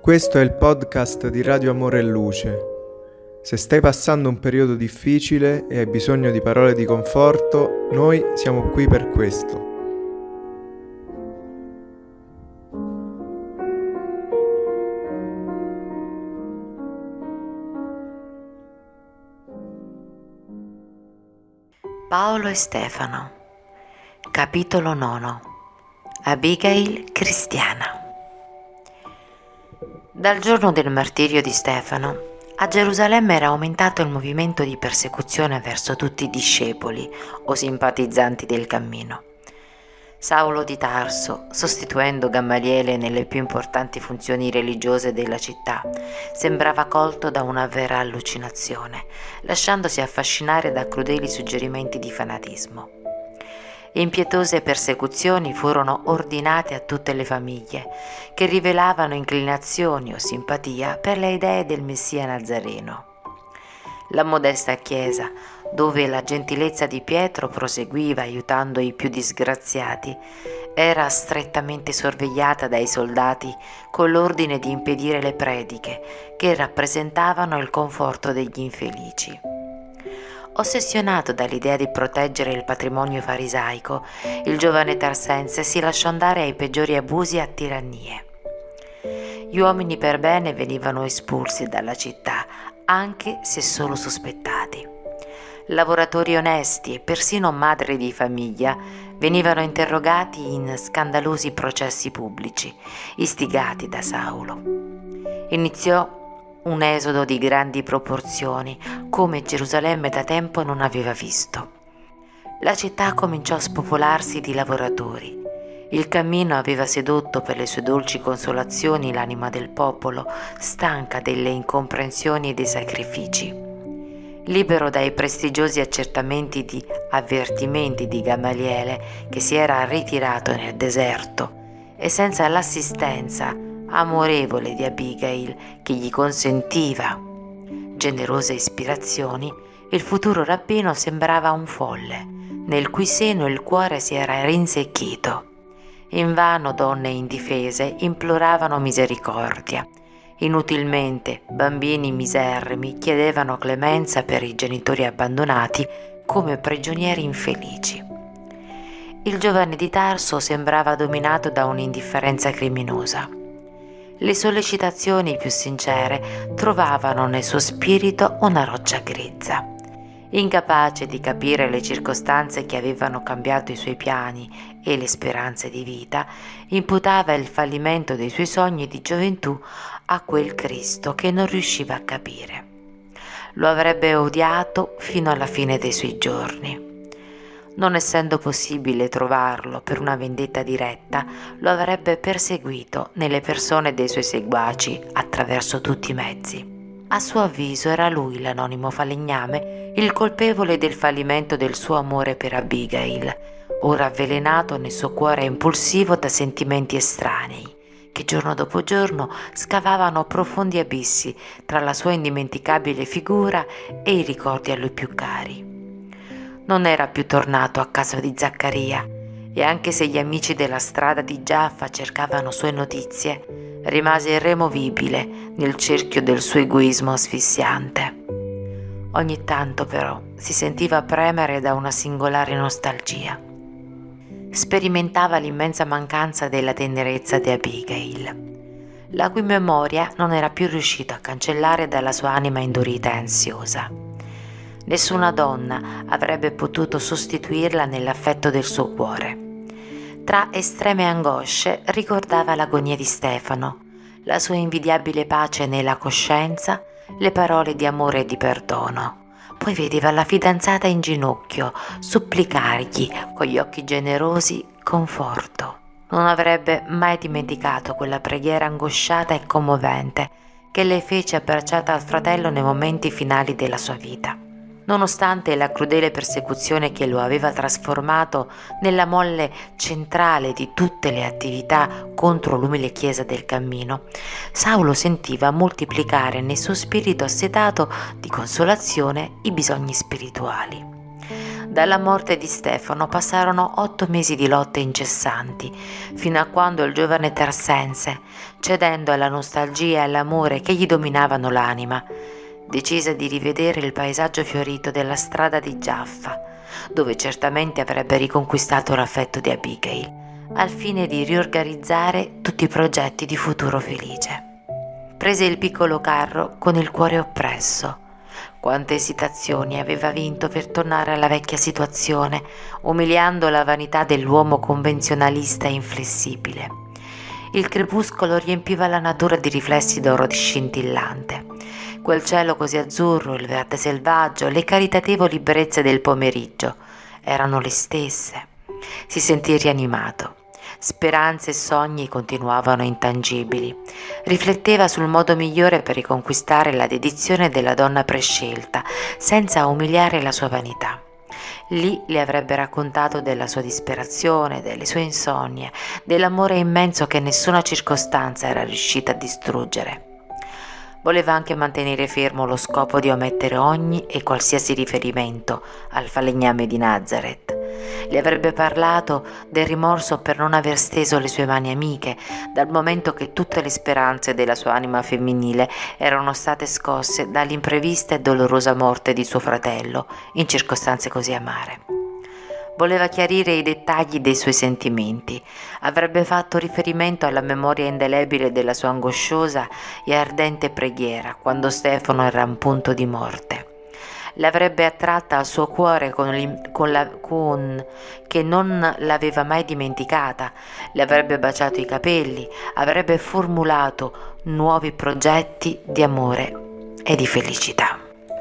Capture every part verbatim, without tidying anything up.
Questo è il podcast di Radio Amore e Luce. Se stai passando un periodo difficile e hai bisogno di parole di conforto, noi siamo qui per questo. Paolo e Stefano, capitolo nono. Abigail cristiana. Dal giorno del martirio di Stefano, a Gerusalemme era aumentato il movimento di persecuzione verso tutti i discepoli o simpatizzanti del cammino. Saulo di Tarso, sostituendo Gamaliele nelle più importanti funzioni religiose della città, sembrava colto da una vera allucinazione, lasciandosi affascinare da crudeli suggerimenti di fanatismo. Impietose persecuzioni furono ordinate a tutte le famiglie che rivelavano inclinazioni o simpatia per le idee del Messia Nazareno. La modesta chiesa, dove la gentilezza di Pietro proseguiva aiutando i più disgraziati, era strettamente sorvegliata dai soldati con l'ordine di impedire le prediche che rappresentavano il conforto degli infelici. Ossessionato dall'idea di proteggere il patrimonio farisaico, il giovane tarsense si lasciò andare ai peggiori abusi e a tirannie. Gli uomini per bene venivano espulsi dalla città, anche se solo sospettati. Lavoratori onesti e persino madri di famiglia venivano interrogati in scandalosi processi pubblici, istigati da Saulo. Iniziò un esodo di grandi proporzioni, come Gerusalemme da tempo non aveva visto. La città cominciò a spopolarsi di lavoratori. Il cammino aveva sedotto per le sue dolci consolazioni l'anima del popolo, stanca delle incomprensioni e dei sacrifici. Libero dai prestigiosi accertamenti di avvertimenti di Gamaliele, che si era ritirato nel deserto, e senza l'assistenza amorevole di Abigail, che gli consentiva generose ispirazioni, il futuro rabbino sembrava un folle, nel cui seno il cuore si era rinsecchito. Invano donne indifese imploravano misericordia. Inutilmente bambini miserrimi chiedevano clemenza per i genitori abbandonati come prigionieri infelici. Il giovane di Tarso sembrava dominato da un'indifferenza criminosa. Le sollecitazioni più sincere trovavano nel suo spirito una roccia grezza. Incapace di capire le circostanze che avevano cambiato i suoi piani e le speranze di vita, imputava il fallimento dei suoi sogni di gioventù a quel Cristo che non riusciva a capire. Lo avrebbe odiato fino alla fine dei suoi giorni. Non essendo possibile trovarlo per una vendetta diretta, lo avrebbe perseguito nelle persone dei suoi seguaci attraverso tutti i mezzi. A suo avviso era lui l'anonimo falegname, il colpevole del fallimento del suo amore per Abigail, ora avvelenato nel suo cuore impulsivo da sentimenti estranei, che giorno dopo giorno scavavano profondi abissi tra la sua indimenticabile figura e i ricordi a lui più cari. Non era più tornato a casa di Zaccaria, e anche se gli amici della strada di Giaffa cercavano sue notizie, rimase irremovibile nel cerchio del suo egoismo asfissiante. Ogni tanto però si sentiva premere da una singolare nostalgia. Sperimentava l'immensa mancanza della tenerezza di Abigail, la cui memoria non era più riuscita a cancellare dalla sua anima indurita e ansiosa. Nessuna donna avrebbe potuto sostituirla nell'affetto del suo cuore. Tra estreme angosce ricordava l'agonia di Stefano, la sua invidiabile pace nella coscienza, le parole di amore e di perdono. Poi vedeva la fidanzata in ginocchio supplicargli con gli occhi generosi conforto. Non avrebbe mai dimenticato quella preghiera angosciata e commovente che le fece abbracciata al fratello nei momenti finali della sua vita. Nonostante la crudele persecuzione che lo aveva trasformato nella molle centrale di tutte le attività contro l'umile chiesa del cammino, Saulo sentiva moltiplicare nel suo spirito assetato di consolazione i bisogni spirituali. Dalla morte di Stefano passarono otto mesi di lotte incessanti, fino a quando il giovane Tersense, cedendo alla nostalgia e all'amore che gli dominavano l'anima, decise di rivedere il paesaggio fiorito della strada di Giaffa, dove certamente avrebbe riconquistato l'affetto di Abigail, al fine di riorganizzare tutti i progetti di futuro felice. Prese il piccolo carro con il cuore oppresso. Quante esitazioni aveva vinto per tornare alla vecchia situazione, umiliando la vanità dell'uomo convenzionalista e inflessibile. Il crepuscolo riempiva la natura di riflessi d'oro scintillante. Quel cielo così azzurro, il verde selvaggio, le caritatevoli brezze del pomeriggio erano le stesse. Si sentì rianimato. Speranze e sogni continuavano intangibili. Rifletteva sul modo migliore per riconquistare la dedizione della donna prescelta, senza umiliare la sua vanità. Lì le avrebbe raccontato della sua disperazione, delle sue insonnie, dell'amore immenso che nessuna circostanza era riuscita a distruggere. Voleva anche mantenere fermo lo scopo di omettere ogni e qualsiasi riferimento al falegname di Nazareth. Le avrebbe parlato del rimorso per non aver steso le sue mani amiche, dal momento che tutte le speranze della sua anima femminile erano state scosse dall'imprevista e dolorosa morte di suo fratello, in circostanze così amare. Voleva chiarire i dettagli dei suoi sentimenti. Avrebbe fatto riferimento alla memoria indelebile della sua angosciosa e ardente preghiera quando Stefano era in punto di morte. L'avrebbe attratta al suo cuore con, con la, con che non l'aveva mai dimenticata, le avrebbe baciato i capelli, avrebbe formulato nuovi progetti di amore e di felicità.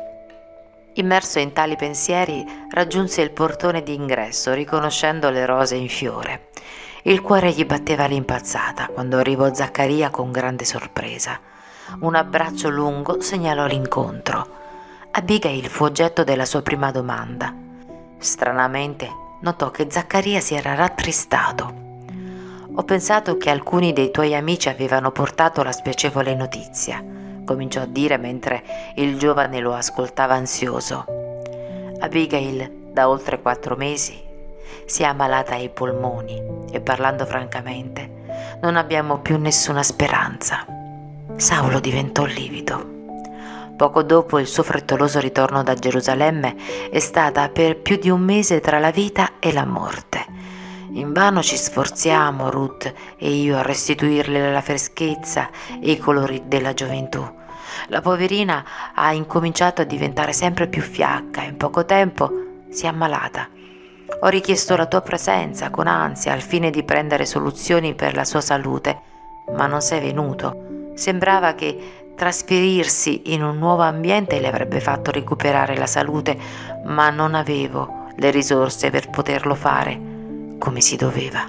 Immerso in tali pensieri, raggiunse il portone d'ingresso, riconoscendo le rose in fiore. Il cuore gli batteva all'impazzata quando arrivò Zaccaria con grande sorpresa. Un abbraccio lungo segnalò l'incontro. Abigail fu oggetto della sua prima domanda. Stranamente notò che Zaccaria si era rattristato. «Ho pensato che alcuni dei tuoi amici avevano portato la spiacevole notizia», cominciò a dire mentre il giovane lo ascoltava ansioso. «Abigail, da oltre quattro mesi, si è ammalata ai polmoni e, parlando francamente, non abbiamo più nessuna speranza». Saulo diventò livido. Poco dopo il suo frettoloso ritorno da Gerusalemme è stata per più di un mese tra la vita e la morte. Invano ci sforziamo, Ruth e io, a restituirle la freschezza e i colori della gioventù. La poverina ha incominciato a diventare sempre più fiacca e in poco tempo si è ammalata. Ho richiesto la tua presenza con ansia al fine di prendere soluzioni per la sua salute, ma non sei venuto. Sembrava che trasferirsi in un nuovo ambiente le avrebbe fatto recuperare la salute, ma non avevo le risorse per poterlo fare come si doveva.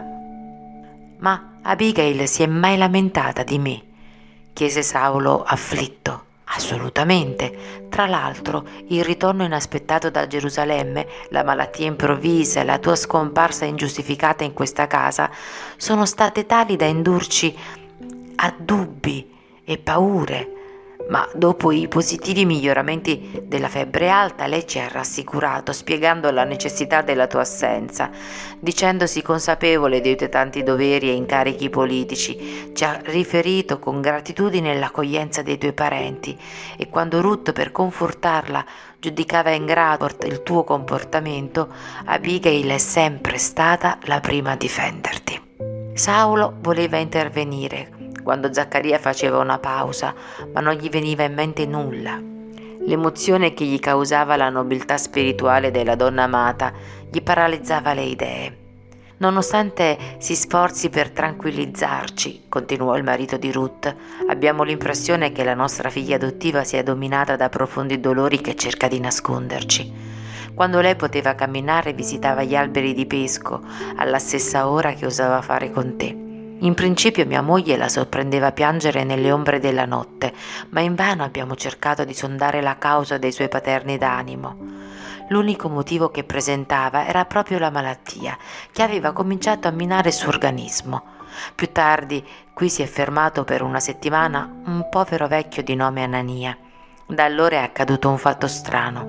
«Ma Abigail si è mai lamentata di me?» chiese Saulo afflitto. «Assolutamente. Tra l'altro, il ritorno inaspettato da Gerusalemme, la malattia improvvisa e la tua scomparsa ingiustificata in questa casa sono state tali da indurci a dubbi e paure. Ma dopo i positivi miglioramenti della febbre alta, lei ci ha rassicurato, spiegando la necessità della tua assenza, dicendosi consapevole dei tuoi tanti doveri e incarichi politici. Ci ha riferito con gratitudine l'accoglienza dei tuoi parenti, e quando Ruth, per confortarla, giudicava ingrato il tuo comportamento, Abigail è sempre stata la prima a difenderti». Saulo voleva intervenire quando Zaccaria faceva una pausa, ma non gli veniva in mente nulla. L'emozione che gli causava la nobiltà spirituale della donna amata gli paralizzava le idee. «Nonostante si sforzi per tranquillizzarci», continuò il marito di Ruth, «abbiamo l'impressione che la nostra figlia adottiva sia dominata da profondi dolori che cerca di nasconderci. Quando lei poteva camminare, visitava gli alberi di pesco alla stessa ora che osava fare con te. In principio mia moglie la sorprendeva a piangere nelle ombre della notte, ma invano abbiamo cercato di sondare la causa dei suoi paterni d'animo. L'unico motivo che presentava era proprio la malattia, che aveva cominciato a minare il suo organismo. Più tardi qui si è fermato per una settimana un povero vecchio di nome Anania. Da allora è accaduto un fatto strano.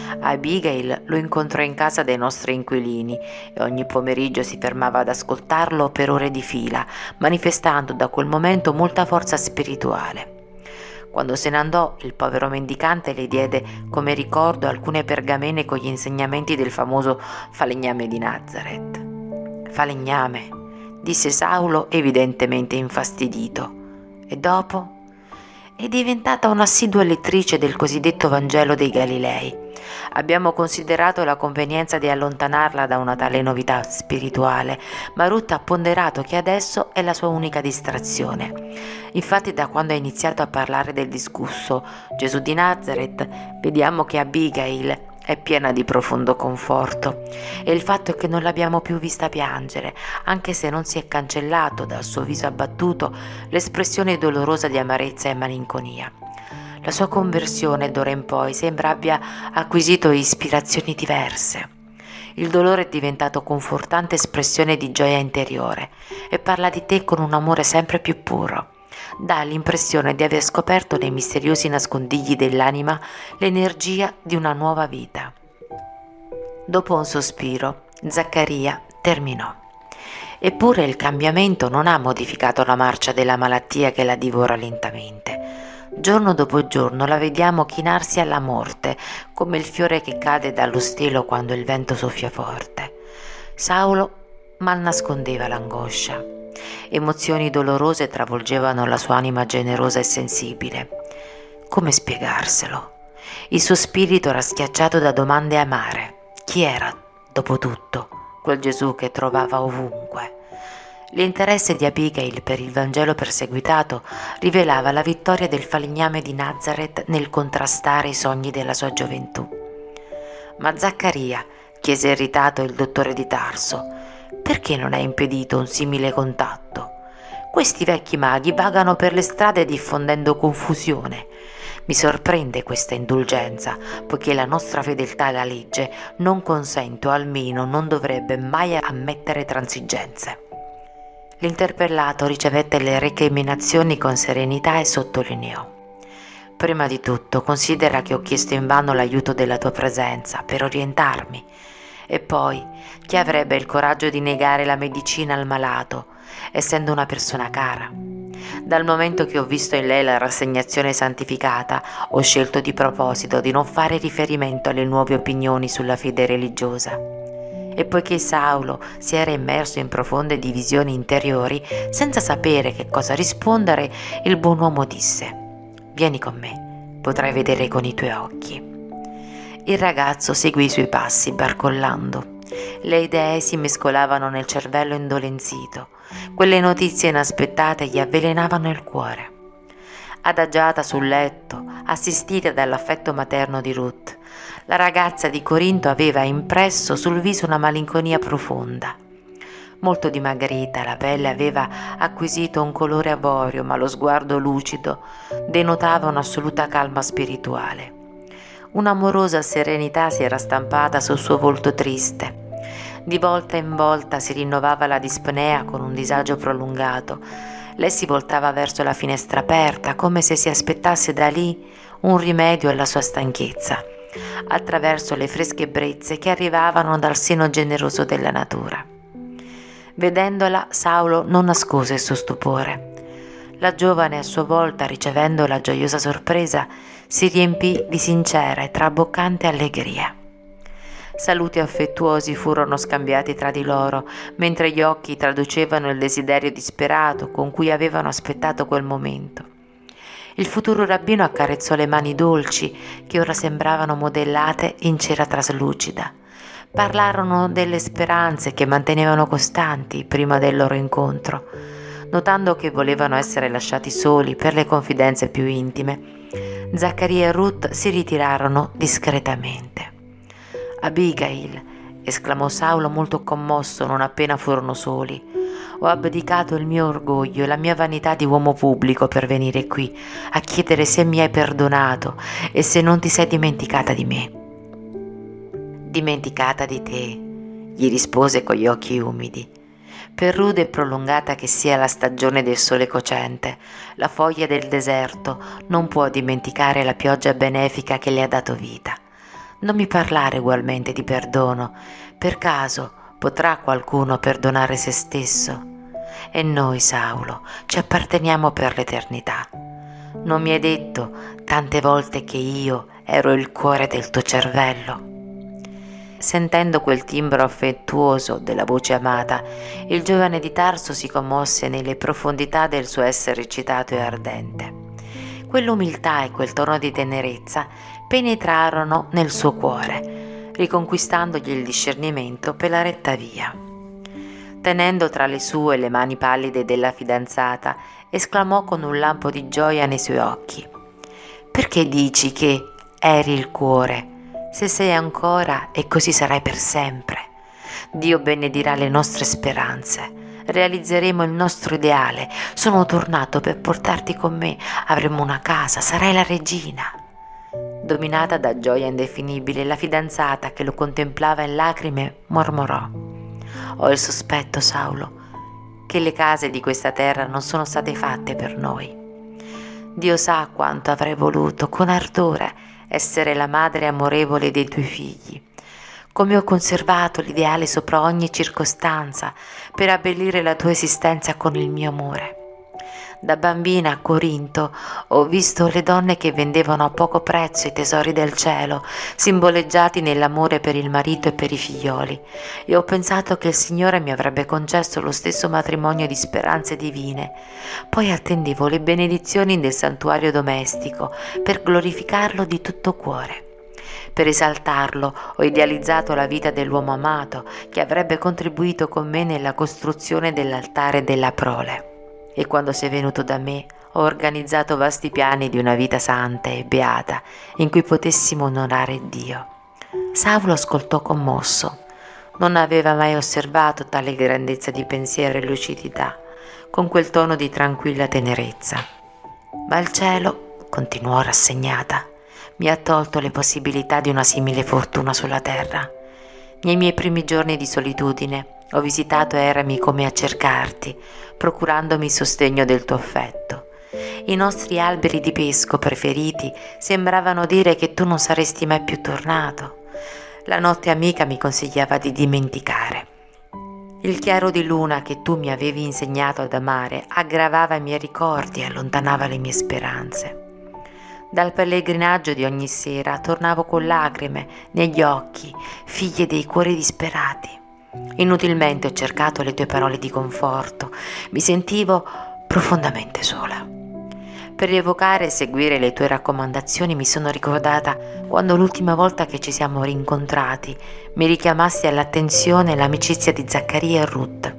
Abigail lo incontrò in casa dei nostri inquilini e ogni pomeriggio si fermava ad ascoltarlo per ore di fila, manifestando da quel momento molta forza spirituale. Quando se ne andò, il povero mendicante le diede come ricordo alcune pergamene con gli insegnamenti del famoso falegname di Nazareth. Falegname, disse Saulo evidentemente infastidito. E dopo? È diventata un'assidua lettrice del cosiddetto Vangelo dei Galilei. Abbiamo considerato la convenienza di allontanarla da una tale novità spirituale, ma Ruth ha ponderato che adesso è la sua unica distrazione. Infatti, da quando ha iniziato a parlare del discusso Gesù di Nazareth, vediamo che Abigail è piena di profondo conforto, e il fatto è che non l'abbiamo più vista piangere, anche se non si è cancellato dal suo viso abbattuto l'espressione dolorosa di amarezza e malinconia. La sua conversione d'ora in poi sembra abbia acquisito ispirazioni diverse. Il dolore è diventato confortante espressione di gioia interiore e parla di te con un amore sempre più puro. Dà l'impressione di aver scoperto nei misteriosi nascondigli dell'anima l'energia di una nuova vita. Dopo un sospiro, Zaccaria terminò. Eppure il cambiamento non ha modificato la marcia della malattia che la divora lentamente. Giorno dopo giorno la vediamo chinarsi alla morte, come il fiore che cade dallo stelo quando il vento soffia forte. Saulo mal nascondeva l'angoscia. Emozioni dolorose travolgevano la sua anima generosa e sensibile. Come spiegarselo? Il suo spirito era schiacciato da domande amare. Chi era, dopo tutto, quel Gesù che trovava ovunque? L'interesse di Abigail per il Vangelo perseguitato rivelava la vittoria del falegname di Nazareth nel contrastare i sogni della sua gioventù. Ma Zaccaria, chiese irritato il dottore di Tarso, perché non hai impedito un simile contatto? Questi vecchi maghi vagano per le strade diffondendo confusione. Mi sorprende questa indulgenza, poiché la nostra fedeltà alla legge non consente o almeno non dovrebbe mai ammettere transigenze. L'interpellato ricevette le recriminazioni con serenità e sottolineò: prima di tutto considera che ho chiesto invano l'aiuto della tua presenza per orientarmi, e poi chi avrebbe il coraggio di negare la medicina al malato, essendo una persona cara? Dal momento che ho visto in lei la rassegnazione santificata, ho scelto di proposito di non fare riferimento alle nuove opinioni sulla fede religiosa. E poiché Saulo si era immerso in profonde divisioni interiori, senza sapere che cosa rispondere, il buon uomo disse: vieni con me, potrai vedere con i tuoi occhi. Il ragazzo seguì i suoi passi barcollando. Le idee si mescolavano nel cervello indolenzito, quelle notizie inaspettate gli avvelenavano il cuore. Adagiata sul letto, assistita dall'affetto materno di Ruth, la ragazza di Corinto aveva impresso sul viso una malinconia profonda. Molto dimagrita, la pelle aveva acquisito un colore avorio, ma lo sguardo lucido denotava un'assoluta calma spirituale. Un'amorosa serenità si era stampata sul suo volto triste. Di volta in volta si rinnovava la dispnea con un disagio prolungato. Lei si voltava verso la finestra aperta, come se si aspettasse da lì un rimedio alla sua stanchezza, attraverso le fresche brezze che arrivavano dal seno generoso della natura. Vedendola, Saulo non nascose il suo stupore. La giovane, a sua volta, ricevendo la gioiosa sorpresa, si riempì di sincera e traboccante allegria. Saluti affettuosi furono scambiati tra di loro, mentre gli occhi traducevano il desiderio disperato con cui avevano aspettato quel momento. Il futuro rabbino accarezzò le mani dolci, che ora sembravano modellate in cera traslucida. Parlarono delle speranze che mantenevano costanti prima del loro incontro. Notando che volevano essere lasciati soli per le confidenze più intime, Zaccaria e Ruth si ritirarono discretamente. Abigail, esclamò Saulo molto commosso non appena furono soli, ho abdicato il mio orgoglio e la mia vanità di uomo pubblico per venire qui a chiedere se mi hai perdonato e se non ti sei dimenticata di me. Dimenticata di te, gli rispose con gli occhi umidi. Per rude e prolungata che sia la stagione del sole cocente, la foglia del deserto non può dimenticare la pioggia benefica che le ha dato vita. Non mi parlare ugualmente di perdono. Per caso potrà qualcuno perdonare se stesso? E noi, Saulo, ci apparteniamo per l'eternità. Non mi hai detto tante volte che io ero il cuore del tuo cervello? Sentendo quel timbro affettuoso della voce amata, il giovane di Tarso si commosse nelle profondità del suo essere eccitato e ardente. Quell'umiltà e quel tono di tenerezza penetrarono nel suo cuore, riconquistandogli il discernimento per la retta via. Tenendo tra le sue le mani pallide della fidanzata, esclamò con un lampo di gioia nei suoi occhi: «Perché dici che eri il cuore? Se sei ancora e così sarai per sempre. Dio benedirà le nostre speranze, realizzeremo il nostro ideale. Sono tornato per portarti con me, avremo una casa, sarai la regina». Dominata da gioia indefinibile, la fidanzata, che lo contemplava in lacrime, mormorò: «Ho il sospetto, Saulo, che le case di questa terra non sono state fatte per noi. Dio sa quanto avrei voluto, con ardore, essere la madre amorevole dei tuoi figli. Come ho conservato l'ideale sopra ogni circostanza per abbellire la tua esistenza con il mio amore. Da bambina a Corinto ho visto le donne che vendevano a poco prezzo i tesori del cielo, simboleggiati nell'amore per il marito e per i figlioli, e ho pensato che il Signore mi avrebbe concesso lo stesso matrimonio di speranze divine. Poi attendevo le benedizioni del santuario domestico per glorificarlo di tutto cuore. Per esaltarlo ho idealizzato la vita dell'uomo amato che avrebbe contribuito con me nella costruzione dell'altare della prole. E quando sei venuto da me ho organizzato vasti piani di una vita santa e beata in cui potessimo onorare Dio». Saulo ascoltò commosso. Non aveva mai osservato tale grandezza di pensiero e lucidità, con quel tono di tranquilla tenerezza. «Ma il cielo», continuò rassegnata, «mi ha tolto le possibilità di una simile fortuna sulla terra. Nei miei primi giorni di solitudine ho visitato Eremi come a cercarti, procurandomi il sostegno del tuo affetto. I nostri alberi di pesco preferiti sembravano dire che tu non saresti mai più tornato. La notte amica mi consigliava di dimenticare. Il chiaro di luna che tu mi avevi insegnato ad amare aggravava i miei ricordi e allontanava le mie speranze. Dal pellegrinaggio di ogni sera tornavo con lacrime negli occhi, figlie dei cuori disperati. Inutilmente ho cercato le tue parole di conforto, mi sentivo profondamente sola. Per rievocare e seguire le tue raccomandazioni mi sono ricordata quando l'ultima volta che ci siamo rincontrati mi richiamasti all'attenzione l'amicizia di Zaccaria e Ruth.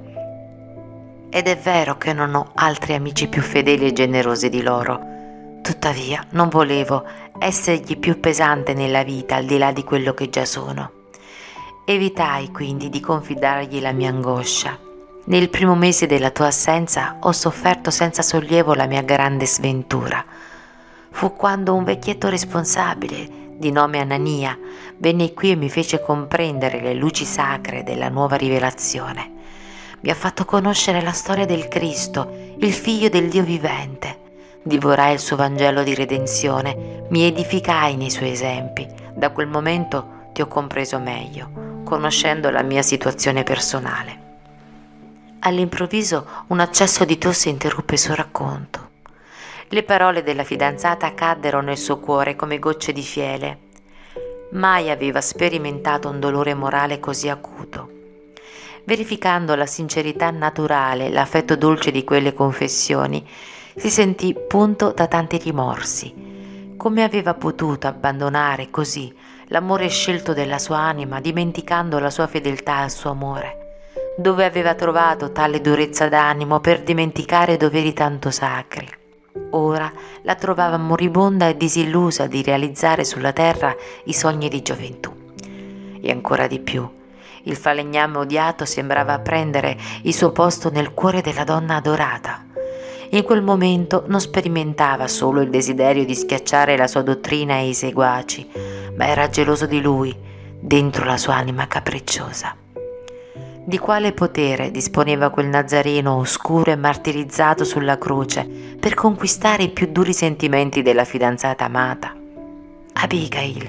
Ed è vero che non ho altri amici più fedeli e generosi di loro. Tuttavia non volevo essergli più pesante nella vita al di là di quello che già sono. Evitai quindi di confidargli la mia angoscia. Nel primo mese della tua assenza ho sofferto senza sollievo la mia grande sventura. Fu quando un vecchietto responsabile, di nome Anania, venne qui e mi fece comprendere le luci sacre della nuova rivelazione. Mi ha fatto conoscere la storia del Cristo, il Figlio del Dio vivente. Divorai il suo Vangelo di redenzione, mi edificai nei suoi esempi. Da quel momento ti ho compreso meglio, conoscendo la mia situazione personale. All'improvviso un accesso di tosse interruppe il suo racconto. Le parole della fidanzata caddero nel suo cuore come gocce di fiele. Mai aveva sperimentato un dolore morale così acuto. Verificando la sincerità naturale, l'affetto dolce di quelle confessioni, si sentì punto da tanti rimorsi. Come aveva potuto abbandonare così l'amore scelto della sua anima, dimenticando la sua fedeltà al suo amore? Dove aveva trovato tale durezza d'animo per dimenticare doveri tanto sacri? Ora la trovava moribonda e disillusa di realizzare sulla terra i sogni di gioventù. E ancora di più, il falegname odiato sembrava prendere il suo posto nel cuore della donna adorata. In quel momento non sperimentava solo il desiderio di schiacciare la sua dottrina e i seguaci, ma era geloso di lui, dentro la sua anima capricciosa. Di quale potere disponeva quel Nazareno oscuro e martirizzato sulla croce per conquistare i più duri sentimenti della fidanzata amata? Abigail,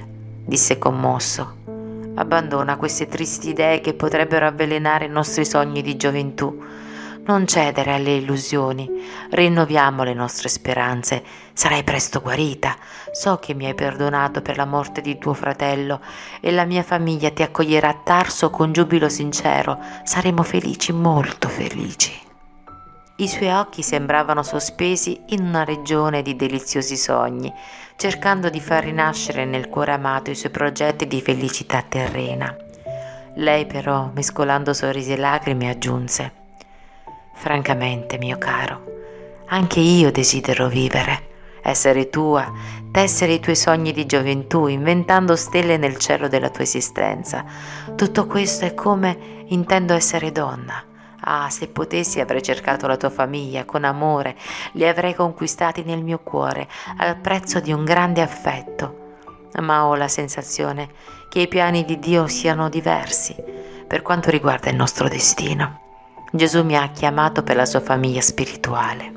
disse commosso. Abbandona queste tristi idee che potrebbero avvelenare i nostri sogni di gioventù. Non cedere alle illusioni, rinnoviamo le nostre speranze. Sarai presto guarita. So che mi hai perdonato per la morte di tuo fratello e la mia famiglia ti accoglierà a Tarso con giubilo sincero. Saremo felici, molto felici. I suoi occhi sembravano sospesi in una regione di deliziosi sogni, cercando di far rinascere nel cuore amato i suoi progetti di felicità terrena. Lei però, mescolando sorrisi e lacrime, aggiunse: «Francamente, mio caro, anche io desidero vivere, essere tua, tessere i tuoi sogni di gioventù, inventando stelle nel cielo della tua esistenza. Tutto questo è come intendo essere donna. Ah, se potessi avrei cercato la tua famiglia con amore, li avrei conquistati nel mio cuore al prezzo di un grande affetto. Ma ho la sensazione che i piani di Dio siano diversi per quanto riguarda il nostro destino. Gesù mi ha chiamato per la sua famiglia spirituale».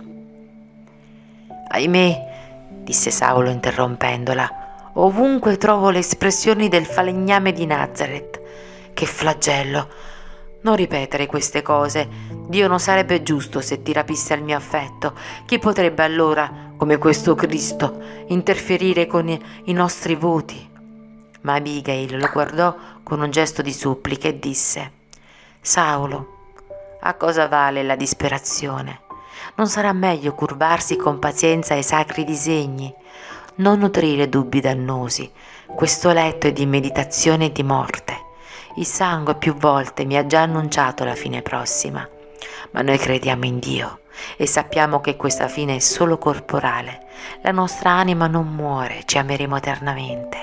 «Ahimè», disse Saulo interrompendola, «ovunque trovo le espressioni del falegname di Nazaret. Che flagello! Non ripetere queste cose. Dio non sarebbe giusto se ti rapisse il mio affetto. Chi potrebbe allora, come questo Cristo, interferire con i, i nostri voti?» Ma Abigail lo guardò con un gesto di supplica e disse: «Saulo, a cosa vale la disperazione? Non sarà meglio curvarsi con pazienza ai sacri disegni? Non nutrire dubbi dannosi. Questo letto è di meditazione e di morte. Il sangue più volte mi ha già annunciato la fine prossima, ma noi crediamo in Dio e sappiamo che questa fine è solo corporale. La nostra anima non muore, ci ameremo eternamente».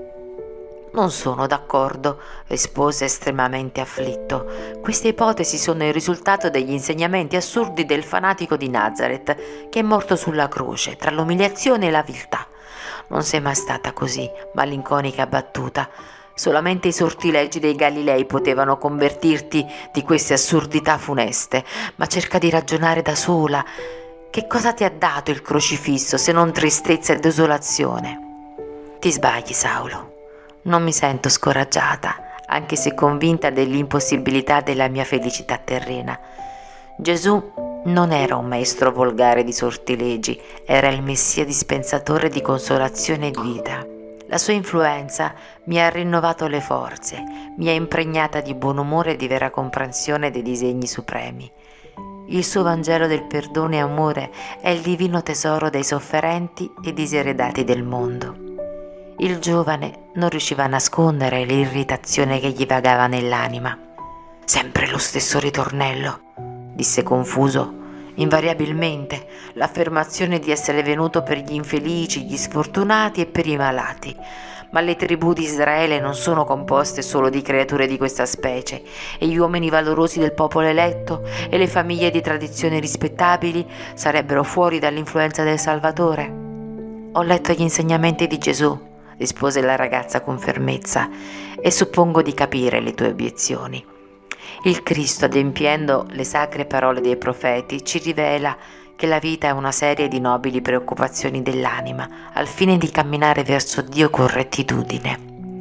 «Non sono d'accordo», rispose estremamente afflitto. «Queste ipotesi sono il risultato degli insegnamenti assurdi del fanatico di Nazaret, che è morto sulla croce tra l'umiliazione e la viltà. Non sei mai stata così malinconica e abbattuta. Solamente i sortilegi dei Galilei potevano convertirti di queste assurdità funeste, ma cerca di ragionare da sola. Che cosa ti ha dato il crocifisso se non tristezza e desolazione?» «Ti sbagli, Saulo. Non mi sento scoraggiata, anche se convinta dell'impossibilità della mia felicità terrena. Gesù non era un maestro volgare di sortilegi, era il Messia dispensatore di consolazione e di vita. La sua influenza mi ha rinnovato le forze, mi ha impregnata di buon umore e di vera comprensione dei disegni supremi. Il suo Vangelo del perdono e amore è il divino tesoro dei sofferenti e diseredati del mondo». Il giovane non riusciva a nascondere l'irritazione che gli vagava nell'anima. «Sempre lo stesso ritornello», disse confuso. «Invariabilmente l'affermazione di essere venuto per gli infelici, gli sfortunati e per i malati. Ma le tribù di Israele non sono composte solo di creature di questa specie, e gli uomini valorosi del popolo eletto e le famiglie di tradizioni rispettabili sarebbero fuori dall'influenza del Salvatore?» «Ho letto gli insegnamenti di Gesù», rispose la ragazza con fermezza, «e suppongo di capire le tue obiezioni. Il Cristo, adempiendo le sacre parole dei profeti, ci rivela che la vita è una serie di nobili preoccupazioni dell'anima, al fine di camminare verso Dio con rettitudine.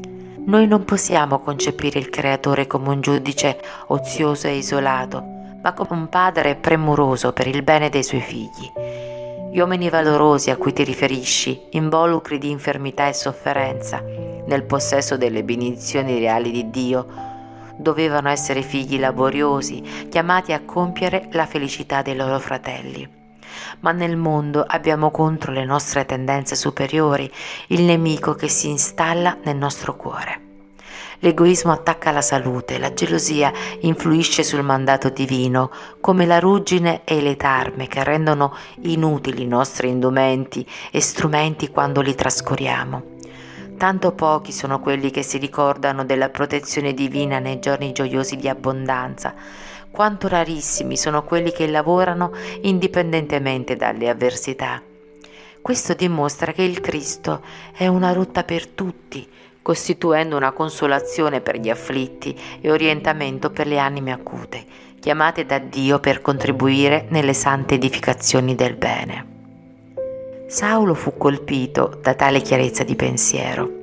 Noi non possiamo concepire il Creatore come un giudice ozioso e isolato, ma come un padre premuroso per il bene dei suoi figli. Gli uomini valorosi a cui ti riferisci, involucri di infermità e sofferenza, nel possesso delle benedizioni reali di Dio, dovevano essere figli laboriosi, chiamati a compiere la felicità dei loro fratelli. Ma nel mondo abbiamo contro le nostre tendenze superiori il nemico che si installa nel nostro cuore. L'egoismo attacca la salute, la gelosia influisce sul mandato divino, come la ruggine e le tarme che rendono inutili i nostri indumenti e strumenti quando li trascuriamo. Tanto pochi sono quelli che si ricordano della protezione divina nei giorni gioiosi di abbondanza, quanto rarissimi sono quelli che lavorano indipendentemente dalle avversità. Questo dimostra che il Cristo è una rotta per tutti, costituendo una consolazione per gli afflitti e orientamento per le anime acute, chiamate da Dio per contribuire nelle sante edificazioni del bene. Saulo fu colpito da tale chiarezza di pensiero.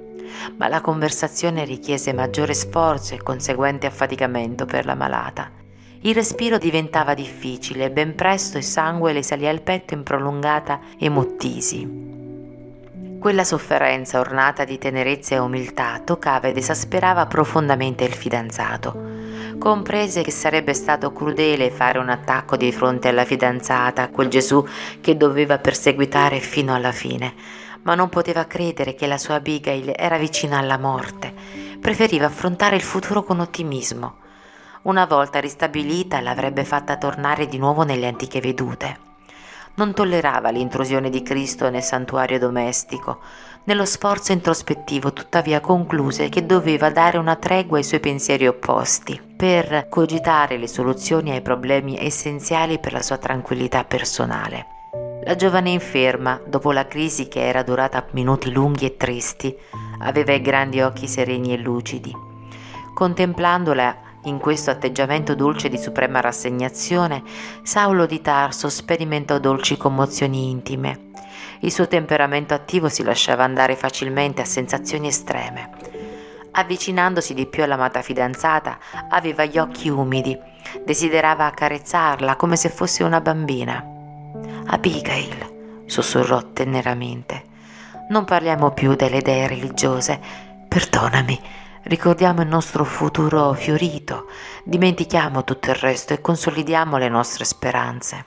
ma la conversazione richiese maggiore sforzo e conseguente affaticamento per la malata. Il respiro diventava difficile e ben presto il sangue le salì al petto in prolungata emotisi. Quella sofferenza ornata di tenerezza e umiltà toccava ed esasperava profondamente il fidanzato. Comprese che sarebbe stato crudele fare un attacco di fronte alla fidanzata, quel Gesù che doveva perseguitare fino alla fine, ma non poteva credere che la sua Abigail era vicina alla morte. Preferiva affrontare il futuro con ottimismo. Una volta ristabilita l'avrebbe fatta tornare di nuovo nelle antiche vedute. Non tollerava l'intrusione di Cristo nel santuario domestico. Nello sforzo introspettivo, tuttavia, concluse che doveva dare una tregua ai suoi pensieri opposti per cogitare le soluzioni ai problemi essenziali per la sua tranquillità personale. La giovane inferma, dopo la crisi che era durata minuti lunghi e tristi, aveva i grandi occhi sereni e lucidi. Contemplandola in questo atteggiamento dolce di suprema rassegnazione, Saulo di Tarso sperimentò dolci commozioni intime. Il suo temperamento attivo si lasciava andare facilmente a sensazioni estreme. Avvicinandosi di più all'amata fidanzata, aveva gli occhi umidi, desiderava accarezzarla come se fosse una bambina. «Abigail», sussurrò teneramente, «non parliamo più delle idee religiose. Perdonami. Ricordiamo il nostro futuro fiorito, dimentichiamo tutto il resto e consolidiamo le nostre speranze».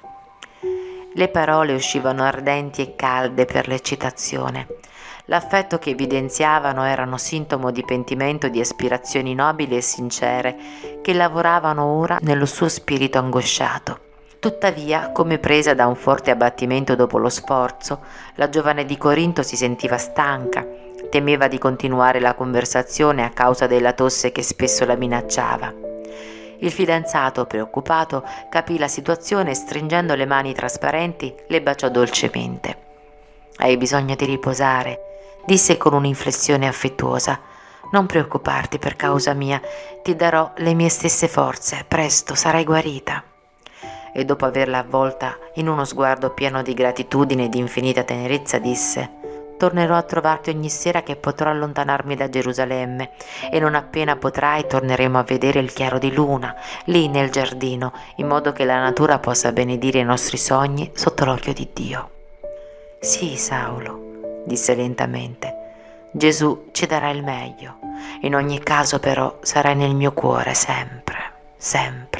Le parole uscivano ardenti e calde per l'eccitazione. L'affetto che evidenziavano erano sintomo di pentimento, di aspirazioni nobili e sincere che lavoravano ora nello suo spirito angosciato. Tuttavia, come presa da un forte abbattimento dopo lo sforzo, la giovane di Corinto si sentiva stanca. Temeva di continuare la conversazione a causa della tosse che spesso la minacciava. Il fidanzato, preoccupato, capì la situazione e stringendo le mani trasparenti le baciò dolcemente. «Hai bisogno di riposare», disse con un'inflessione affettuosa. «Non preoccuparti per causa mia, ti darò le mie stesse forze, presto sarai guarita». E dopo averla avvolta in uno sguardo pieno di gratitudine e di infinita tenerezza disse: «Tornerò a trovarti ogni sera che potrò allontanarmi da Gerusalemme e non appena potrai torneremo a vedere il chiaro di luna lì nel giardino, in modo che la natura possa benedire i nostri sogni sotto l'occhio di Dio». «Sì, Saulo», disse lentamente, «Gesù ci darà il meglio. In ogni caso però sarai nel mio cuore sempre, sempre».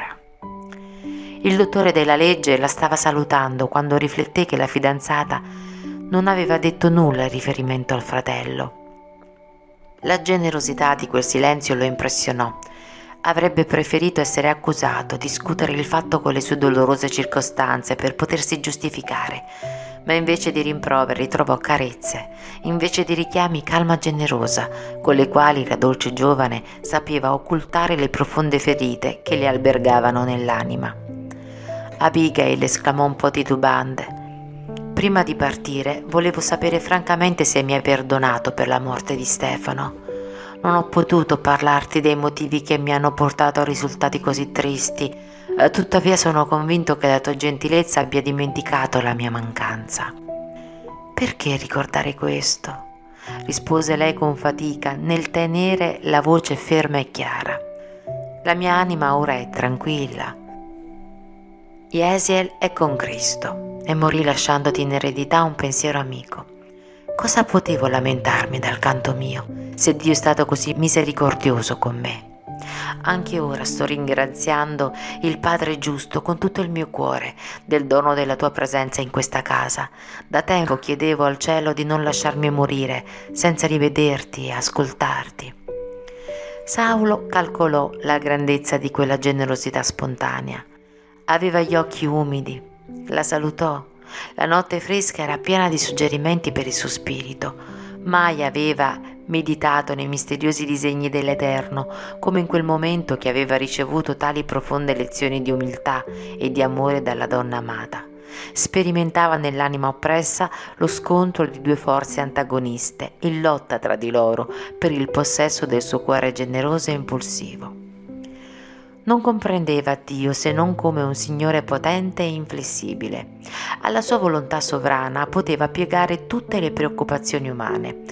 Il dottore della legge la stava salutando quando rifletté che la fidanzata non aveva detto nulla in riferimento al fratello. La generosità di quel silenzio lo impressionò. Avrebbe preferito essere accusato, discutere il fatto con le sue dolorose circostanze per potersi giustificare, ma invece di rimproveri trovò carezze, invece di richiami calma generosa, con le quali la dolce giovane sapeva occultare le profonde ferite che le albergavano nell'anima. «Abigail», esclamò un po' titubante, «prima di partire volevo sapere francamente se mi hai perdonato per la morte di Stefano. Non ho potuto parlarti dei motivi che mi hanno portato a risultati così tristi, eh, tuttavia sono convinto che la tua gentilezza abbia dimenticato la mia mancanza». «Perché ricordare questo?» rispose lei con fatica, nel tenere la voce ferma e chiara. «La mia anima ora è tranquilla. Jesiel è con Cristo e morì lasciandoti in eredità un pensiero amico. Cosa potevo lamentarmi dal canto mio, se Dio è stato così misericordioso con me? Anche ora sto ringraziando il Padre giusto con tutto il mio cuore del dono della tua presenza in questa casa. Da tempo chiedevo al cielo di non lasciarmi morire senza rivederti e ascoltarti». Saulo calcolò la grandezza di quella generosità spontanea. Aveva gli occhi umidi, la salutò. La notte fresca era piena di suggerimenti per il suo spirito. Mai aveva meditato nei misteriosi disegni dell'Eterno come in quel momento che aveva ricevuto tali profonde lezioni di umiltà e di amore dalla donna amata. Sperimentava nell'anima oppressa lo scontro di due forze antagoniste, in lotta tra di loro per il possesso del suo cuore generoso e impulsivo. Non comprendeva Dio se non come un Signore potente e inflessibile. Alla sua volontà sovrana poteva piegare tutte le preoccupazioni umane,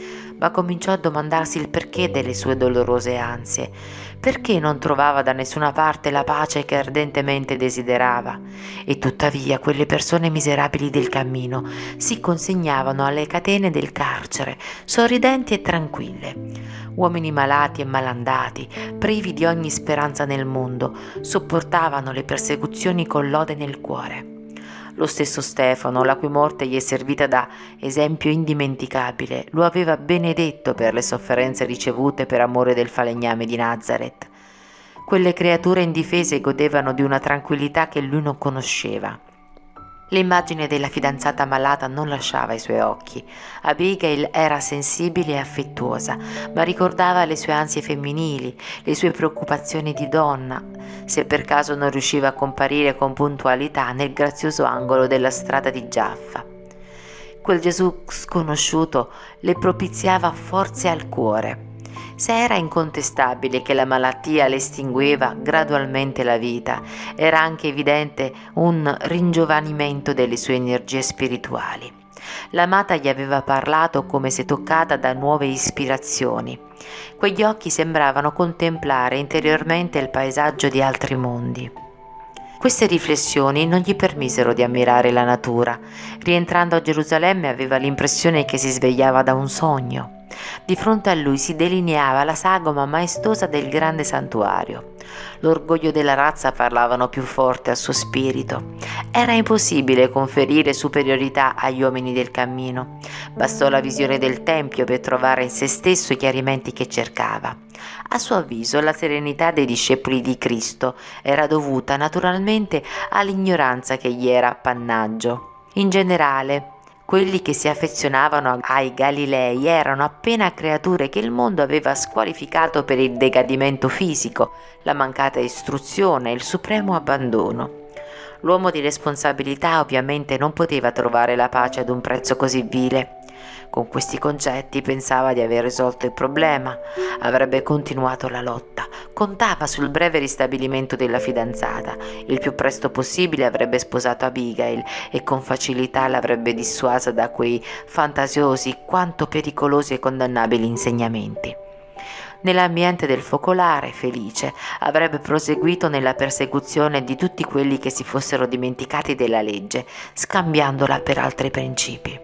ma cominciò a domandarsi il perché delle sue dolorose ansie. Perché non trovava da nessuna parte la pace che ardentemente desiderava? E tuttavia quelle persone miserabili del cammino si consegnavano alle catene del carcere, sorridenti e tranquille. Uomini malati e malandati, privi di ogni speranza nel mondo, sopportavano le persecuzioni con lode nel cuore. Lo stesso Stefano, la cui morte gli è servita da esempio indimenticabile, lo aveva benedetto per le sofferenze ricevute per amore del falegname di Nazareth. Quelle creature indifese godevano di una tranquillità che lui non conosceva. L'immagine della fidanzata malata non lasciava i suoi occhi. Abigail era sensibile e affettuosa, ma ricordava le sue ansie femminili, le sue preoccupazioni di donna, se per caso non riusciva a comparire con puntualità nel grazioso angolo della strada di Giaffa. Quel Gesù sconosciuto le propiziava forze al cuore. Se era incontestabile che la malattia le estingueva gradualmente la vita, era anche evidente un ringiovanimento delle sue energie spirituali. L'amata gli aveva parlato come se toccata da nuove ispirazioni. Quegli occhi sembravano contemplare interiormente il paesaggio di altri mondi. Queste riflessioni non gli permisero di ammirare la natura. Rientrando a Gerusalemme aveva l'impressione che si svegliava da un sogno. Di fronte a lui si delineava la sagoma maestosa del grande santuario. L'orgoglio della razza parlavano più forte al suo spirito. Era impossibile conferire superiorità agli uomini del cammino. Bastò la visione del tempio per trovare in se stesso i chiarimenti che cercava. A suo avviso, la serenità dei discepoli di Cristo era dovuta naturalmente all'ignoranza che gli era appannaggio. In generale, quelli che si affezionavano ai Galilei erano appena creature che il mondo aveva squalificato per il decadimento fisico, la mancata istruzione e il supremo abbandono. L'uomo di responsabilità ovviamente non poteva trovare la pace ad un prezzo così vile. Con questi concetti pensava di aver risolto il problema, avrebbe continuato la lotta, contava sul breve ristabilimento della fidanzata, il più presto possibile avrebbe sposato Abigail e con facilità l'avrebbe dissuasa da quei fantasiosi quanto pericolosi e condannabili insegnamenti. Nell'ambiente del focolare, felice, avrebbe proseguito nella persecuzione di tutti quelli che si fossero dimenticati della legge, scambiandola per altri principi.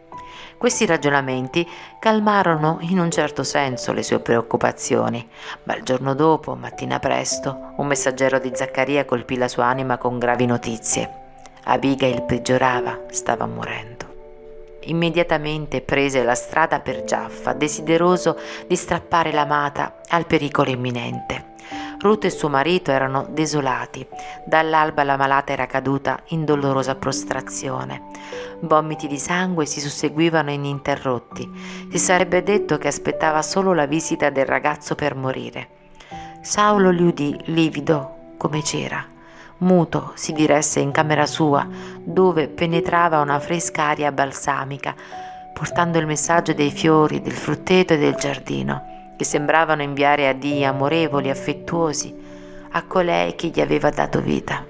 Questi ragionamenti calmarono in un certo senso le sue preoccupazioni, ma il giorno dopo, mattina presto, un messaggero di Zaccaria colpì la sua anima con gravi notizie. Abigail peggiorava, stava morendo. Immediatamente prese la strada per Giaffa, desideroso di strappare l'amata al pericolo imminente. Ruth e suo marito erano desolati. Dall'alba la malata era caduta in dolorosa prostrazione. Vomiti di sangue si susseguivano ininterrotti. Si sarebbe detto che aspettava solo la visita del ragazzo per morire. Saulo li udì, livido come cera. Muto si diresse in camera sua, dove penetrava una fresca aria balsamica, portando il messaggio dei fiori, del frutteto e del giardino, che sembravano inviare addii amorevoli e affettuosi a colei che gli aveva dato vita.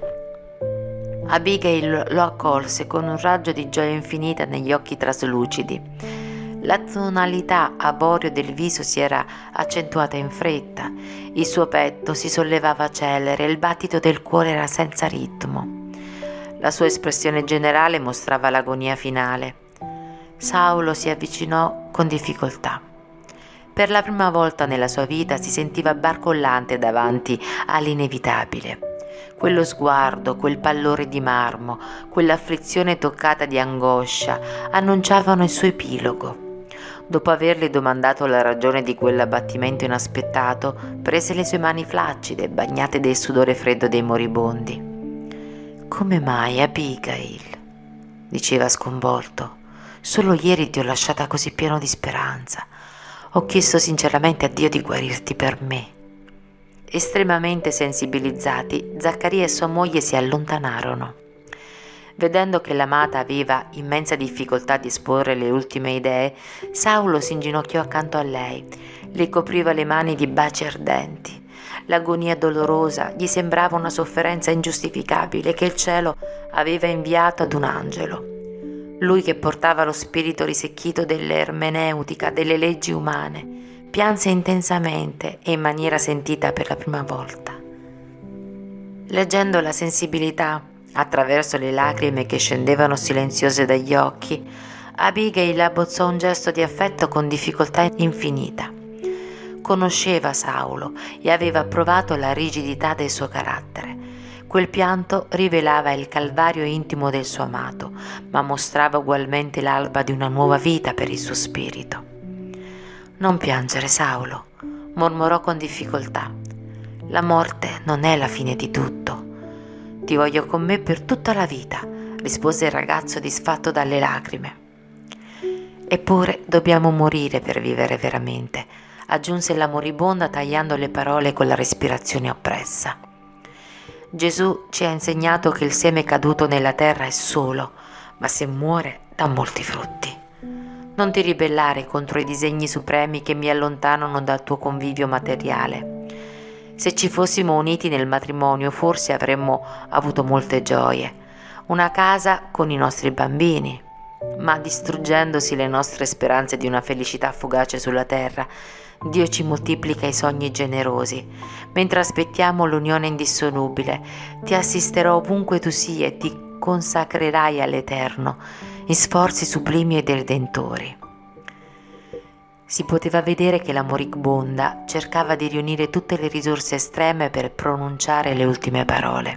Abigail lo accolse con un raggio di gioia infinita negli occhi traslucidi. La tonalità avorio del viso si era accentuata in fretta, il suo petto si sollevava celere, il battito del cuore era senza ritmo. La sua espressione generale mostrava l'agonia finale. Saulo si avvicinò con difficoltà. Per la prima volta nella sua vita si sentiva barcollante davanti all'inevitabile. Quello sguardo, quel pallore di marmo, quell'afflizione toccata di angoscia annunciavano il suo epilogo. Dopo averle domandato la ragione di quell'abbattimento inaspettato, prese le sue mani flaccide, bagnate del sudore freddo dei moribondi. «Come mai, Abigail?» diceva sconvolto. «Solo ieri ti ho lasciata così pieno di speranza. Ho chiesto sinceramente a Dio di guarirti per me». Estremamente sensibilizzati, Zaccaria e sua moglie si allontanarono. Vedendo che l'amata aveva immensa difficoltà di esporre le ultime idee, Saulo si inginocchiò accanto a lei, le copriva le mani di baci ardenti. L'agonia dolorosa gli sembrava una sofferenza ingiustificabile che il cielo aveva inviato ad un angelo. Lui che portava lo spirito risecchito dell'ermeneutica, delle leggi umane, pianse intensamente e in maniera sentita per la prima volta. Leggendo la sensibilità attraverso le lacrime che scendevano silenziose dagli occhi, Abigail abbozzò un gesto di affetto con difficoltà infinita. Conosceva Saulo e aveva provato la rigidità del suo carattere. Quel pianto rivelava il calvario intimo del suo amato, ma mostrava ugualmente l'alba di una nuova vita per il suo spirito. «Non piangere, Saulo», mormorò con difficoltà. «La morte non è la fine di tutto. Ti voglio con me per tutta la vita», rispose il ragazzo disfatto dalle lacrime. «Eppure dobbiamo morire per vivere veramente», aggiunse la moribonda tagliando le parole con la respirazione oppressa. «Gesù ci ha insegnato che il seme caduto nella terra è solo, ma se muore dà molti frutti. Non ti ribellare contro i disegni supremi che mi allontanano dal tuo convivio materiale. Se ci fossimo uniti nel matrimonio forse avremmo avuto molte gioie, una casa con i nostri bambini, ma distruggendosi le nostre speranze di una felicità fugace sulla terra, Dio ci moltiplica i sogni generosi. Mentre aspettiamo l'unione indissolubile, ti assisterò ovunque tu sia e ti consacrerai all'Eterno in sforzi sublimi e redentori». Si poteva vedere che la moribonda cercava di riunire tutte le risorse estreme per pronunciare le ultime parole.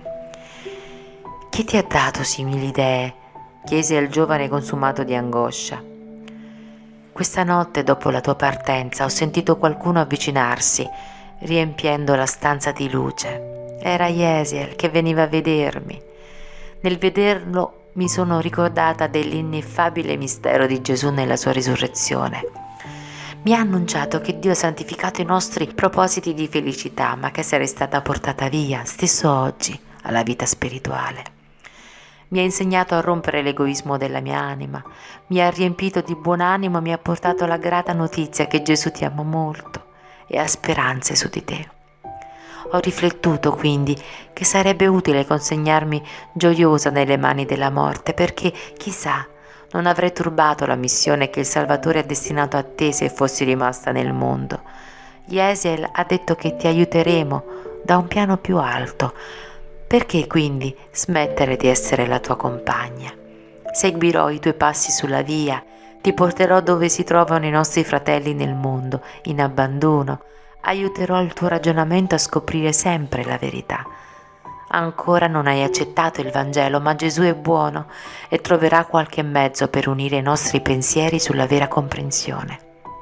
«Chi ti ha dato simili idee?» chiese il giovane consumato di angoscia. «Questa notte, dopo la tua partenza, ho sentito qualcuno avvicinarsi, riempiendo la stanza di luce. Era Jesiel che veniva a vedermi. Nel vederlo mi sono ricordata dell'ineffabile mistero di Gesù nella sua risurrezione. Mi ha annunciato che Dio ha santificato i nostri propositi di felicità, ma che sarei stata portata via, stesso oggi, alla vita spirituale. Mi ha insegnato a rompere l'egoismo della mia anima, mi ha riempito di buon animo e mi ha portato la grata notizia che Gesù ti ama molto e ha speranze su di te. Ho riflettuto quindi che sarebbe utile consegnarmi gioiosa nelle mani della morte, perché chissà non avrei turbato la missione che il Salvatore ha destinato a te se fossi rimasta nel mondo. Jesiel ha detto che ti aiuteremo da un piano più alto. Perché quindi smettere di essere la tua compagna? Seguirò i tuoi passi sulla via, ti porterò dove si trovano i nostri fratelli nel mondo, in abbandono, aiuterò il tuo ragionamento a scoprire sempre la verità. Ancora non hai accettato il Vangelo, ma Gesù è buono e troverà qualche mezzo per unire i nostri pensieri sulla vera comprensione».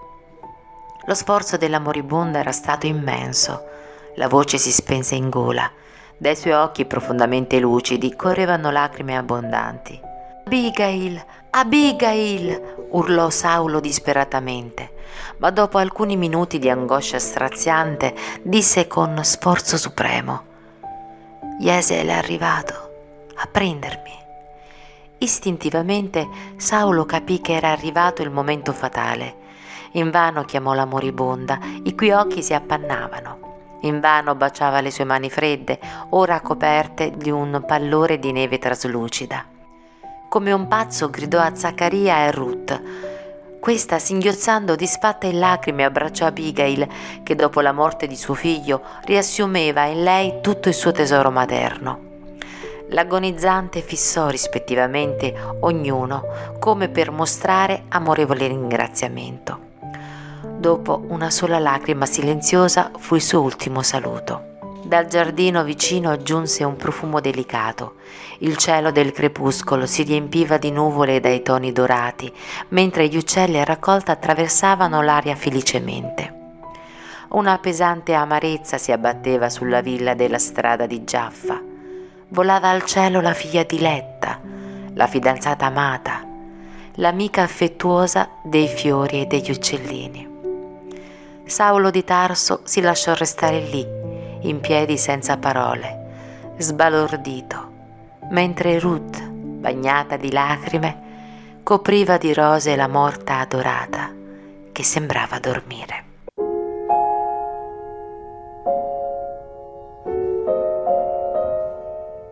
Lo sforzo della moribonda era stato immenso, la voce si spense in gola. Dai suoi occhi profondamente lucidi correvano lacrime abbondanti. «Abigail! Abigail!» urlò Saulo disperatamente, ma dopo alcuni minuti di angoscia straziante disse con sforzo supremo: «Jesiel è arrivato a prendermi». Istintivamente Saulo capì che era arrivato il momento fatale. Invano chiamò la moribonda, i cui occhi si appannavano. Invano baciava le sue mani fredde, ora coperte di un pallore di neve traslucida. Come un pazzo gridò a Zaccaria e Ruth. Questa, singhiozzando disfatta in lacrime, abbracciò Abigail, che dopo la morte di suo figlio riassumeva in lei tutto il suo tesoro materno. L'agonizzante fissò rispettivamente ognuno, come per mostrare amorevole ringraziamento. Dopo una sola lacrima silenziosa fu il suo ultimo saluto. Dal giardino vicino giunse un profumo delicato. Il cielo del crepuscolo si riempiva di nuvole dai toni dorati, mentre gli uccelli a raccolta attraversavano l'aria felicemente. Una pesante amarezza si abbatteva sulla villa della strada di Giaffa. Volava al cielo la figlia diletta, la fidanzata amata, l'amica affettuosa dei fiori e degli uccellini. Saulo di Tarso si lasciò restare lì, in piedi senza parole, sbalordito, mentre Ruth, bagnata di lacrime, copriva di rose la morta adorata, che sembrava dormire.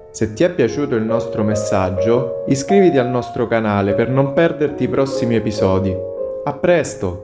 Se ti è piaciuto il nostro messaggio, iscriviti al nostro canale per non perderti i prossimi episodi. A presto!